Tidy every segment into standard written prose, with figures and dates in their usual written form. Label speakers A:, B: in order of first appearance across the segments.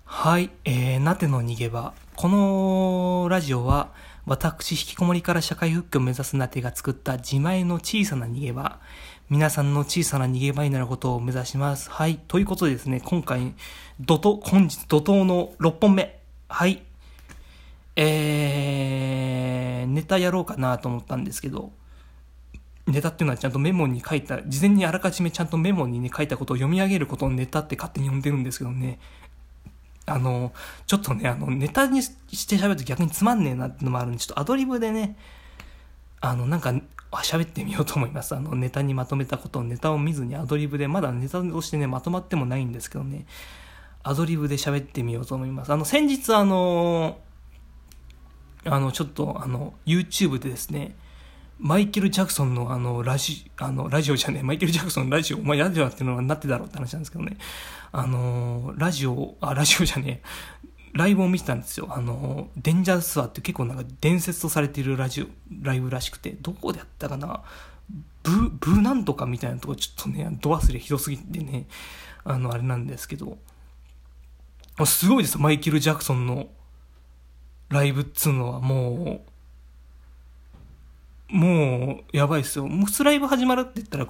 A: はい、なての逃げ場。このラジオは、私、引きこもりから社会復帰を目指すなてが作った自前の小さな逃げ場。皆さんの小さな逃げ場になることを目指します。はい、ということでですね、本日怒涛の6本目。はい。ネタやろうかなと思ったんですけど、ネタっていうのはちゃんとメモに書いた、事前にあらかじめちゃんとメモにね、書いたことを読み上げることをネタって勝手に呼んでるんですけどね。ちょっとね、ネタにして喋ると逆につまんねえなってのもあるんで、ちょっとアドリブでね、喋ってみようと思います。ネタにまとめたことをネタを見ずにアドリブで、まだネタとしてね、まとまってもないんですけどね、アドリブで喋ってみようと思います。先日ちょっとYouTube でですね、マイケル・ジャクソンのラジオじゃねえ、マイケル・ジャクソンのラジオ、ラジオっていうのはなってだろうって話なんですけどね、ラジオじゃねえ、ライブを見てたんですよ。デンジャースワーって結構なんか伝説とされているライブらしくて、どこでやったかな、ブなんとかみたいなとこちょっとね、ど忘れひどすぎてね、あれなんですけど、すごいですよ、マイケル・ジャクソンのライブっつうのはもうやばいですよ。普通ライブ始まるって言ったら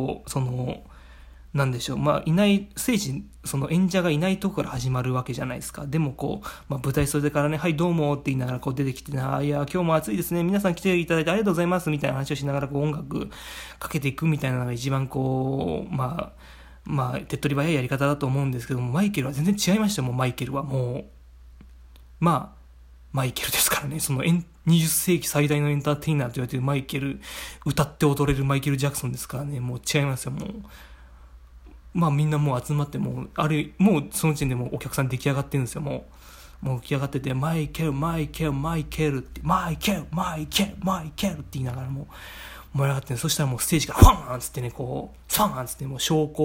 A: なんでしょう、いないステージ、演者がいないところから始まるわけじゃないですか。でも舞台袖からね、はいどうもって言いながら出てきて、いや今日も暑いですね、皆さん来ていただいてありがとうございますみたいな話をしながら音楽かけていくみたいなのが一番手っ取り早いやり方だと思うんですけども、マイケルは全然違いましたよ。もうマイケルはマイケルですからね。20世紀最大のエンターテイナーと言われているマイケル、歌って踊れるマイケル・ジャクソンですからね。もう違いますよ。もうみんなもう集まってもうその時点でもうお客さん出来上がってるんですよ。もう出来上がってて、マイケルってマイケルって言いながらもう盛り上がってる。そしたらもうステージからファンっつってね、ファンっつってもう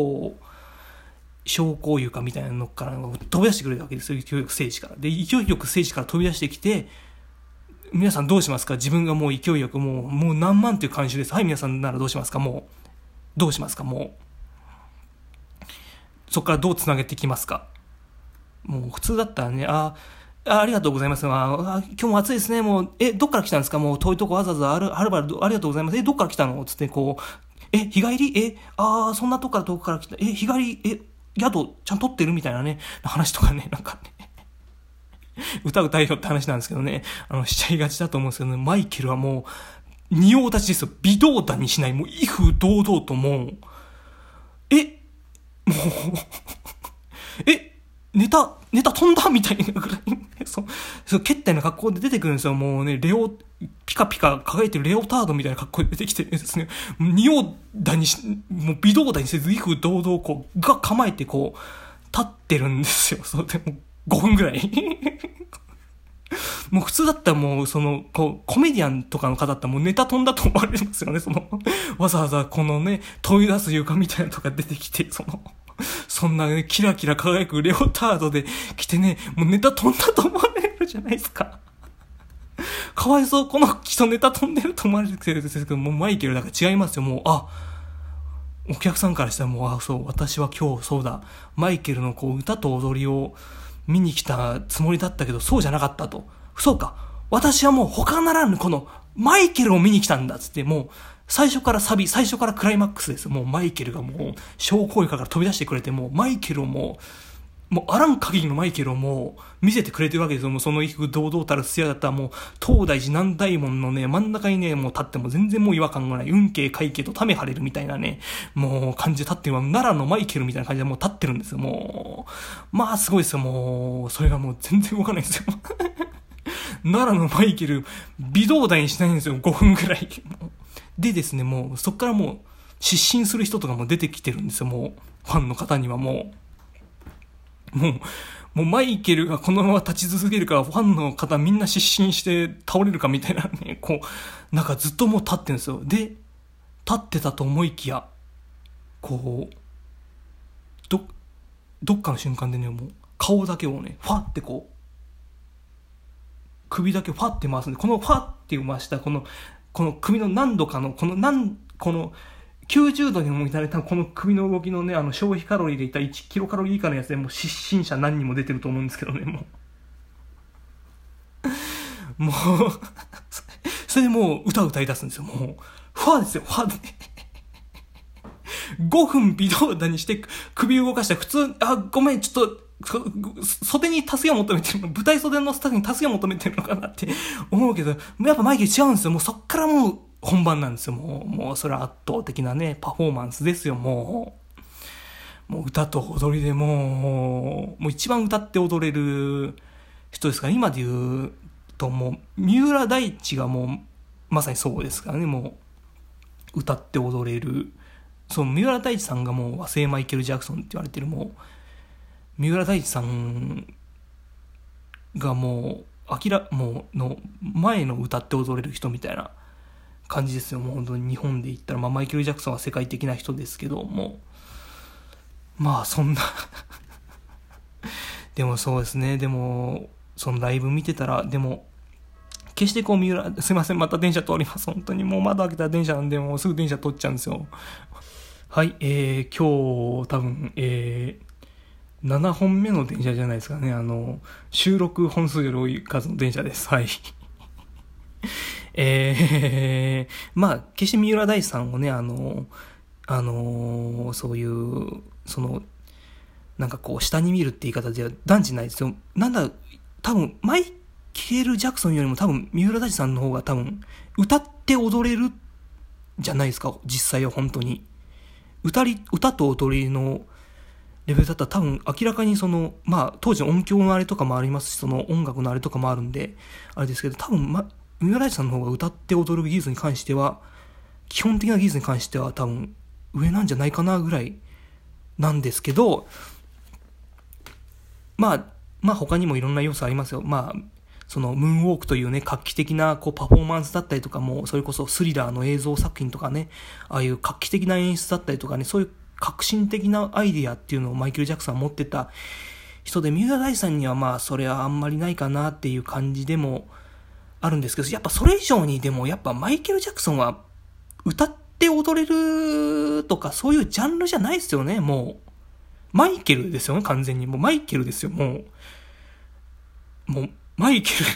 A: 昇降床みたいなのから飛び出してくれるわけですよ。勢いよくステージから。で、勢いよくステージから飛び出してきて、皆さんどうしますか？自分がもう勢いよくもう何万という観衆です。はい、皆さんならどうしますか？どうしますか？そこからどうつなげていきますか？もう普通だったらね、ありがとうございます。今日も暑いですね。どっから来たんですか？もう遠いとこわざわざはるばるありがとうございます。どっから来たの？つって日帰り？そんなとこから遠くから来た。日帰り？宿ちゃんと取ってるみたいなね、話とかね、歌えよって話なんですけどね、しちゃいがちだと思うんですけどね、マイケルはもう、仁王立ちですよ。微動だにしない、もう、威風堂々ともう、ネタ飛んだみたいなぐらい、ケッタイな格好で出てくるんですよ。もうね、ピカピカ輝いてるレオタードみたいな格好で出てきてですね、仁王だにもう微動だにせず、威風堂々が構えて立ってるんですよ。でも5分ぐらい。もう普通だったらもうコメディアンとかの方だったらもうネタ飛んだと思われますよね。わざわざ飛び出す床みたいなとか出てきて、そんなね、キラキラ輝くレオタードで来てね、もうネタ飛んだと思われるじゃないですか。かわいそう、この人ネタ飛んでると思われるんですけど、もうマイケルだから違いますよ。もう、お客さんからしたらもう、そう、私は今日、そうだ、マイケルの歌と踊りを見に来たつもりだったけど、そうじゃなかったと。そうか、私はもう他ならぬこのマイケルを見に来たんだっつって、もう、最初からクライマックスです。もうマイケルがもう、昇降床から飛び出してくれて、もうマイケルをもうあらん限りのマイケルをもう見せてくれてるわけですよ。もうその威風堂々たる艶だったらもう東大寺南大門のね真ん中にねもう立っても全然もう違和感がない運慶会計とため張れるみたいなねもう感じで立ってる奈良のマイケルみたいな感じでもう立ってるんですよ。もうすごいですよ。もうそれがもう全然動かないんですよ。奈良のマイケル微動だにしないんですよ。5分ぐらいでですね、もうそっからもう失神する人とかも出てきてるんですよ。もうファンの方にはもうマイケルがこのまま立ち続けるからファンの方みんな失神して倒れるかみたいなね、ずっともう立ってるんですよ。で、立ってたと思いきや、どっかの瞬間でね、もう顔だけをね、ファって首だけファって回すんで、このファって回したこの首の何度かのこの 90度にもいたね、多分この首の動きのね、消費カロリーでいったら1キロカロリー以下のやつでもう失神者何人も出てると思うんですけどね、もうそれでもう歌い出すんですよ。もう、ファーですよ、ファーで。5分微動だにして首動かした普通、ごめん、ちょっと、袖に助けを求めてる、舞台袖のスタッフに助けを求めてるのかなって思うけど、やっぱマイケル違うんですよ。もうそっからもう本番なんですよ。もうそれは圧倒的なね、パフォーマンスですよ。もう歌と踊りでもう一番歌って踊れる人ですから、今で言うともう、三浦大知がもう、まさにそうですからね、もう、歌って踊れる。そう、三浦大知さんがもう和製マイケル・ジャクソンって言われてる、もう、三浦大知さんがもうもうの前の歌って踊れる人みたいな感じですよ。もう本当に日本で言ったら、マイケル・ジャクソンは世界的な人ですけども、そんなでもそうですね。でもそのライブ見てたら、でも決してこう三浦、すいません、また電車通ります。本当にもう窓開けたら電車なんで、もうすぐ電車通っちゃうんですよ。はい、今日多分7本目の電車じゃないですかね。収録本数より多い数の電車です。はい。決して三浦大知さんをね、そういう、なんかこう、下に見るって言い方では断じないですよ。多分、マイケル・ジャクソンよりも多分、三浦大知さんの方が多分、歌って踊れるじゃないですか、実際は本当に。歌と踊りの、レベルだったら多分明らかに当時の音響のあれとかもありますし、その音楽のあれとかもあるんで、あれですけど、多分、三浦大知さんの方が歌って踊る技術に関しては、基本的な技術に関しては多分上なんじゃないかなぐらいなんですけど、他にもいろんな要素ありますよ。そのムーンウォークというね、画期的なこうパフォーマンスだったりとかも、それこそスリラーの映像作品とかね、ああいう画期的な演出だったりとかね、そういう革新的なアイディアっていうのをマイケル・ジャクソンは持ってた人で、三浦大知さんにはそれはあんまりないかなっていう感じでもあるんですけど、やっぱそれ以上にでもやっぱマイケル・ジャクソンは歌って踊れるとかそういうジャンルじゃないですよね。もうマイケルですよね、完全に。もうマイケルですよ。もうマイケル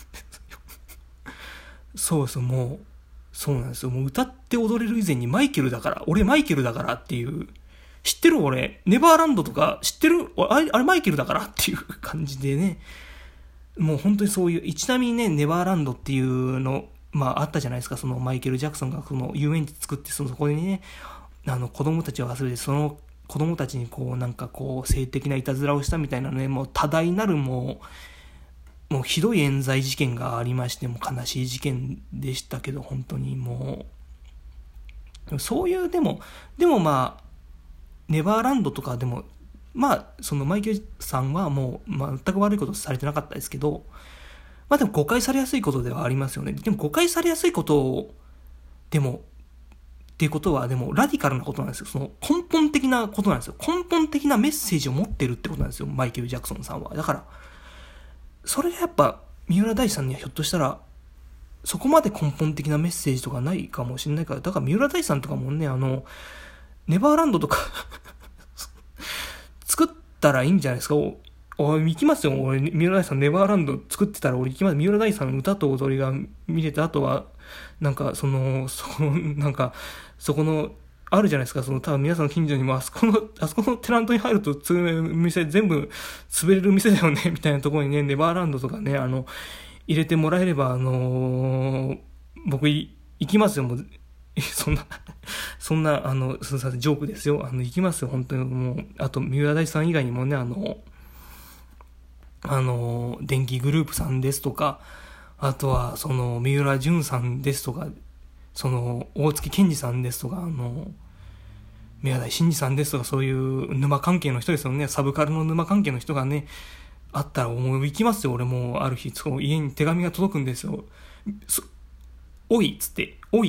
A: そうですよ。もうそうなんですよ。もう歌って踊れる以前にマイケルだから、俺マイケルだからっていう、知ってる俺、ネバーランドとか知ってるあれマイケルだからっていう感じでね、もう本当にそういう、ちなみにね、ネバーランドっていうの、あったじゃないですか。そのマイケル・ジャクソンがその遊園地作って、そこにね、子供たちを忘れて、その子供たちにこう、なんかこう、性的ないたずらをしたみたいなね、もう多大なるもうひどい冤罪事件がありまして、もう悲しい事件でしたけど、本当にもう、そういう、でもネバーランドとかでも、そのマイケルさんはもう、全く悪いことされてなかったですけど、でも誤解されやすいことではありますよね。でも誤解されやすいことを、っていうことは、でもラディカルなことなんですよ。その根本的なことなんですよ。根本的なメッセージを持ってるってことなんですよ、マイケル・ジャクソンさんは。だから、それがやっぱ、三浦大知さんにはひょっとしたら、そこまで根本的なメッセージとかないかもしれないから、だから三浦大知さんとかもね、ネバーランドとか作ったらいいんじゃないですか。行きますよ。俺、三浦大知さんネバーランド作ってたら俺行きます。三浦大知さんの歌と踊りが見れた後は、なんか、そこの、あるじゃないですか。多分皆さんの近所にもあそこのテナントに入ると店全部潰れる店だよねみたいなところにね、ネバーランドとかね、入れてもらえれば、僕行きますよ。もうそんなすみません、ジョークですよ。行きますよ、本当に。もう、あと三浦大知さん以外にもね、電気グループさんですとか、あとは三浦淳さんですとか、大月健二さんですとか、宮台真司さんですとか、そういう沼関係の人ですよね。サブカルの沼関係の人がね、あったらもう行きますよ。俺もある日、家に手紙が届くんですよ。おいっつって、こう。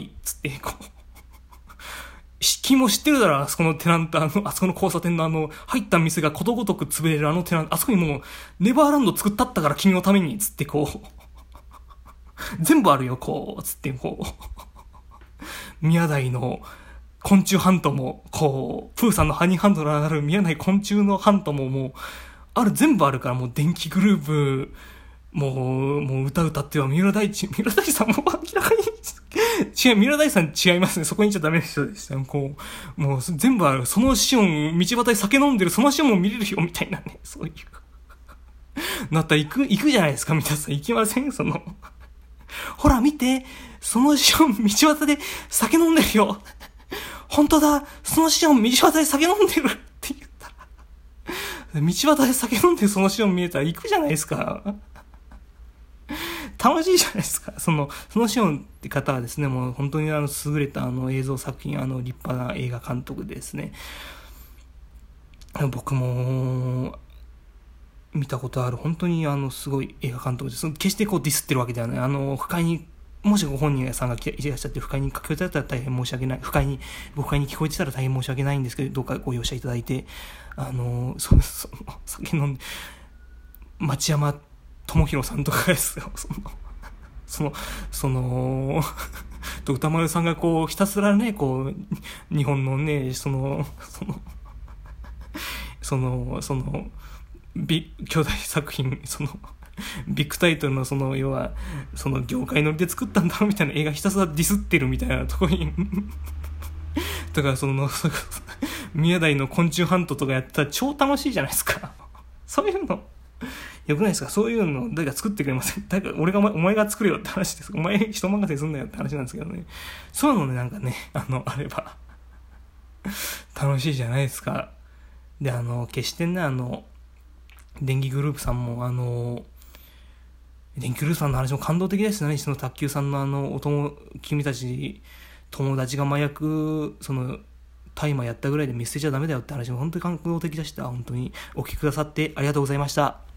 A: 君も知ってるだろ、あそこのテナント、あそこの交差点の入った店がことごとく潰れるテナント、あそこにもう、ネバーランド作ったったから君のために、つってこう。全部あるよ、こう、つってこう。宮台の昆虫ハントも、こう、プーさんのハニーハンドラーなる見えない昆虫のハントももう、全部あるから、もう電気グループ、もう歌っては三浦大知さんも明らかに三浦大知さん違いますね。そこに行っちゃダメな人でした。こう、もう全部ある。そのシオン、道端で酒飲んでる、そのシオンも見れるよ、みたいなね。そういう。なったら行くじゃないですか、皆さん。行きませんほら見て、そのシオン、道端で酒飲んでるよ。本当だ、そのシオン、道端で酒飲んでるって言ったら。道端で酒飲んでるそのシオン見えたら行くじゃないですか。楽しいじゃないですか。そのシオンって方はですね、もう本当に優れた映像作品、立派な映画監督でですね、僕も見たことある本当にすごい映画監督です。決してこうディスってるわけではない。不快に、もしご本人さんがいらっしゃって不快に聞こえてたら大変申し訳ない。不快に聞こえてたら大変申し訳ないんですけど、どうかご容赦いただいて、酒飲んで、町山智博さんとかですよ。歌丸さんがこうひたすらね、こう日本のね、兄弟作品、ビッグタイトルの要は業界乗りで作ったんだろうみたいな映画ひたすらディスってるみたいなところにだから宮台の昆虫ハントとかやったら超楽しいじゃないですか。そういうのよくないですか。そういうの誰か作ってくれません？お前が作れよって話です。お前人任せすんなよって話なんですけどね。そういうのね、なんかね、あれば楽しいじゃないですか。で、決してね、電気グループさんも電気グループさんの話も感動的ですね。卓球さんの君たち友達が麻薬大麻やったぐらいで見捨てちゃダメだよって話も本当に感動的でした。本当にお聞きくださってありがとうございました。